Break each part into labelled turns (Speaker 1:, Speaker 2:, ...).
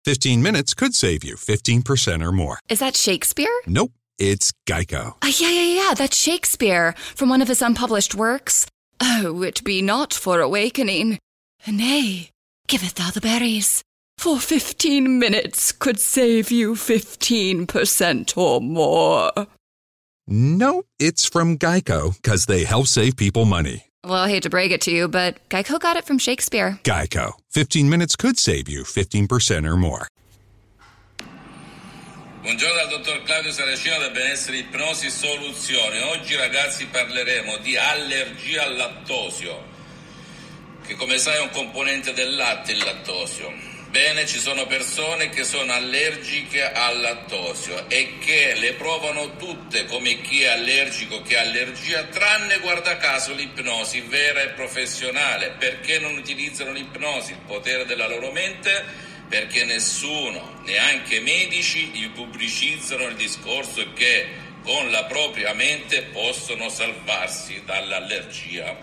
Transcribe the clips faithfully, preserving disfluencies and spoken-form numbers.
Speaker 1: fifteen minutes could save you fifteen percent or more.
Speaker 2: Is that Shakespeare?
Speaker 1: Nope, it's Geico.
Speaker 2: Uh, yeah, yeah, yeah, that's Shakespeare from one of his unpublished works. Oh, it be not for awakening. Nay, giveth thou the berries. For fifteen minutes could save you fifteen percent or more.
Speaker 1: Nope, it's from Geico, because they help save people money.
Speaker 2: Well, I hate to break it to you, but Geico got it from Shakespeare.
Speaker 1: Geico. fifteen minutes could save you fifteen percent or more.
Speaker 3: Buongiorno dal dottor Claudio Saracino da Benessere Ipnosi Soluzione. Oggi ragazzi parleremo di allergia al lattosio, che come sai è un componente del latte, il lattosio. Bene, ci sono persone che sono allergiche al lattosio e che le provano tutte come chi è allergico, che ha allergia, tranne guarda caso l'ipnosi vera e professionale. Perché non utilizzano l'ipnosi, il potere della loro mente? Perché nessuno, neanche i medici, gli pubblicizzano il discorso che con la propria mente possono salvarsi dall'allergia.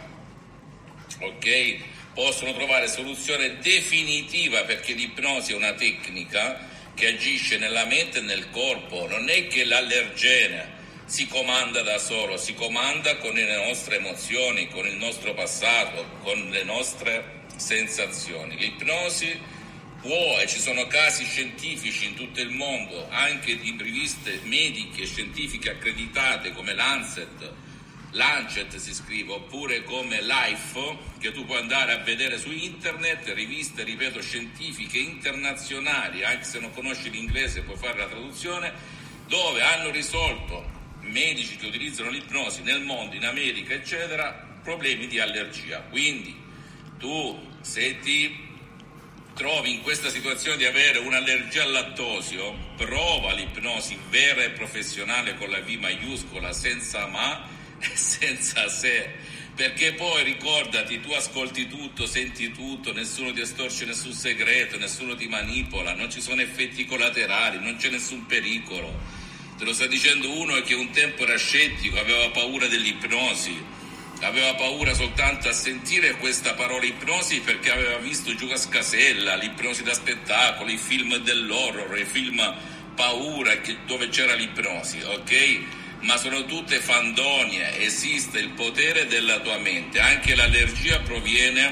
Speaker 3: Ok? Possono trovare soluzione definitiva, perché l'ipnosi è una tecnica che agisce nella mente e nel corpo. Non è che l'allergene si comanda da solo, si comanda con le nostre emozioni, con il nostro passato, con le nostre sensazioni. L'ipnosi può, e ci sono casi scientifici in tutto il mondo, anche di riviste mediche scientifiche accreditate come Lancet, Lancet si scrive, oppure come Life, che tu puoi andare a vedere su internet, riviste, ripeto, scientifiche internazionali, anche se non conosci l'inglese puoi fare la traduzione, dove hanno risolto medici che utilizzano l'ipnosi nel mondo, in America eccetera, problemi di allergia. Quindi tu, se ti trovi in questa situazione di avere un'allergia al lattosio, prova l'ipnosi vera e professionale con la V maiuscola, senza ma, senza se, perché poi ricordati, tu ascolti tutto, senti tutto, nessuno ti estorce nessun segreto, nessuno ti manipola, non ci sono effetti collaterali, non c'è nessun pericolo. Te lo sta dicendo uno che un tempo era scettico, aveva paura dell'ipnosi, aveva paura soltanto a sentire questa parola ipnosi, perché aveva visto Giuca Scasella, l'ipnosi da spettacolo, i film dell'horror, i film paura dove c'era l'ipnosi, ok? Ma sono tutte fandonie, esiste il potere della tua mente, anche l'allergia proviene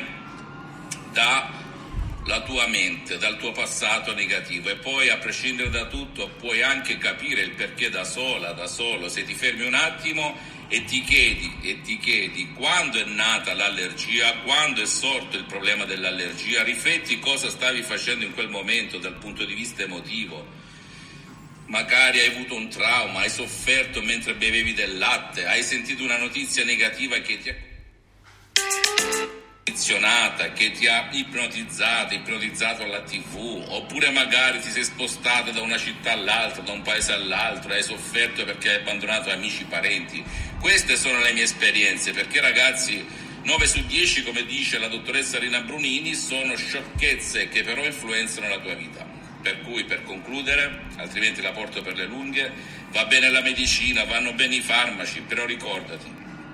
Speaker 3: dalla tua mente, dal tuo passato negativo, e poi a prescindere da tutto puoi anche capire il perché da sola, da solo, se ti fermi un attimo e ti chiedi, e ti chiedi quando è nata l'allergia, quando è sorto il problema dell'allergia, rifletti cosa stavi facendo in quel momento dal punto di vista emotivo. Magari hai avuto un trauma, hai sofferto mentre bevevi del latte, hai sentito una notizia negativa che ti ha condizionata, che ti ha ipnotizzato, ipnotizzato alla tivù, oppure magari ti sei spostato da una città all'altra, da un paese all'altro, hai sofferto perché hai abbandonato amici, parenti. Queste sono le mie esperienze, perché ragazzi, nove su dieci, come dice la dottoressa Rina Brunini, sono sciocchezze che però influenzano la tua vita. Per cui, per concludere, altrimenti la porto per le lunghe, va bene la medicina, vanno bene i farmaci, però ricordati,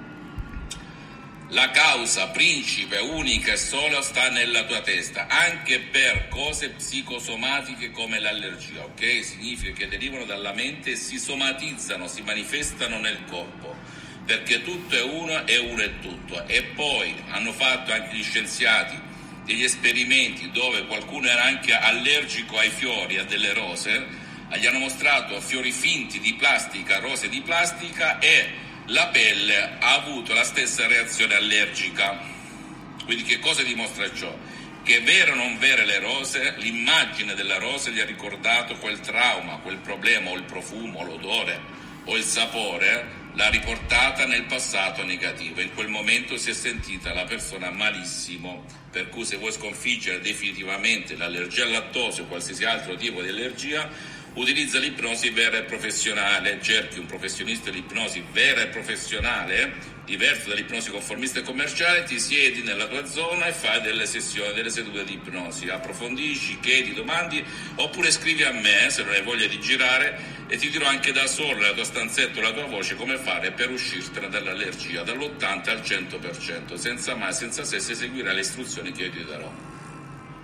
Speaker 3: la causa principe, unica e sola, sta nella tua testa, anche per cose psicosomatiche come l'allergia, ok? Significa che derivano dalla mente e si somatizzano, si manifestano nel corpo, perché tutto è uno e uno è tutto. E poi hanno fatto anche gli scienziati degli esperimenti dove qualcuno era anche allergico ai fiori, a delle rose, gli hanno mostrato fiori finti di plastica, rose di plastica, e la pelle ha avuto la stessa reazione allergica. Quindi che cosa dimostra ciò? Che vere o non vere le rose, l'immagine della rosa gli ha ricordato quel trauma, quel problema, o il profumo, l'odore o il sapore, l'ha riportata nel passato negativo. In quel momento si è sentita la persona malissimo. Per cui se vuoi sconfiggere definitivamente l'allergia al lattosio o qualsiasi altro tipo di allergia, utilizza l'ipnosi vera e professionale, cerchi un professionista di ipnosi vera e professionale, diverso dall'ipnosi conformista e commerciale, ti siedi nella tua zona e fai delle sessioni, delle sedute di ipnosi, approfondisci, chiedi, domandi, oppure scrivi a me se non hai voglia di girare, e ti dirò anche da solo nella tua stanzetta o la tua voce come fare per uscirtene dall'allergia dall'ottanta al cento per cento, senza mai, senza se, se seguirai le istruzioni che io ti darò.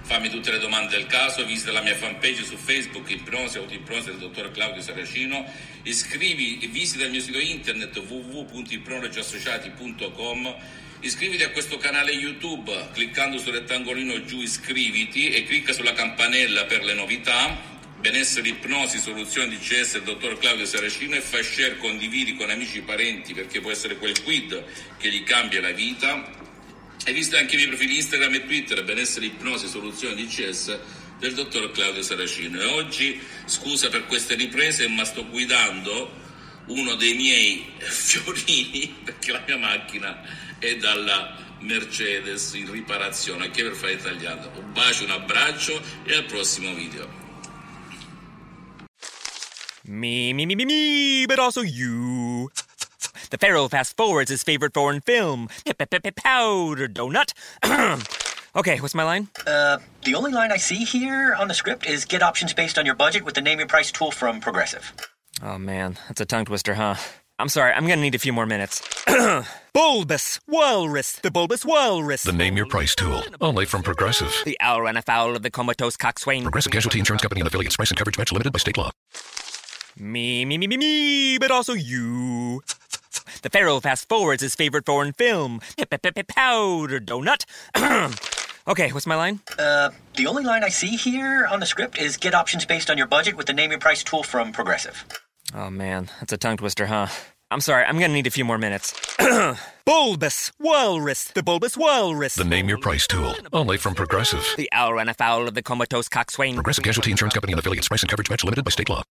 Speaker 3: fammi tutte le domande del caso, visita la mia fanpage su Facebook, Ipnosi, Autoipnosi del dottor Claudio Saracino, iscrivi, visita il mio sito internet w w w punto ipnologiassociati punto com, iscriviti a questo canale YouTube cliccando sul rettangolino giù iscriviti e clicca sulla campanella per le novità. Benessere, ipnosi, soluzioni D C S del dottor Claudio Saracino, e fai share, condividi con amici e parenti, perché può essere quel quid che gli cambia la vita. E visto anche i miei profili Instagram e Twitter, Benessere, ipnosi, soluzioni D C S del dottor Claudio Saracino. E oggi, scusa per queste riprese, ma sto guidando uno dei miei fiorini, perché la mia macchina è dalla Mercedes in riparazione, anche per fare tagliando. Un bacio, un abbraccio e al prossimo video.
Speaker 4: Me, me, me, me, me, but also you. The Pharaoh fast forwards his favorite foreign film, Powder Donut. Okay, what's my line?
Speaker 5: Uh, the only line I see here on the script is get options based on your budget with the Name Your Price tool from Progressive.
Speaker 4: Oh man, that's a tongue twister, huh? I'm sorry, I'm gonna need a few more minutes. Bulbous Walrus, the Bulbous Walrus.
Speaker 6: The Name Your Price tool, only from Progressive.
Speaker 4: The owl ran afoul of the comatose coxswain.
Speaker 6: Progressive Casualty Insurance Company and affiliates. Price and coverage match limited by state law.
Speaker 4: Me, me, me, me, me, but also you. The Pharaoh fast forwards his favorite foreign film, Powder Donut. Okay, what's my line?
Speaker 5: Uh, the only line I see here on the script is get options based on your budget with the Name Your Price tool from Progressive.
Speaker 4: Oh man, that's a tongue twister, huh? I'm sorry, I'm gonna need a few more minutes. Bulbous Walrus, the Bulbous Walrus.
Speaker 6: The Name Your Price tool, only from Progressive.
Speaker 4: The owl ran afoul of the comatose coxswain.
Speaker 6: Progressive Casualty Insurance Company and affiliates. Price and coverage match limited by state law.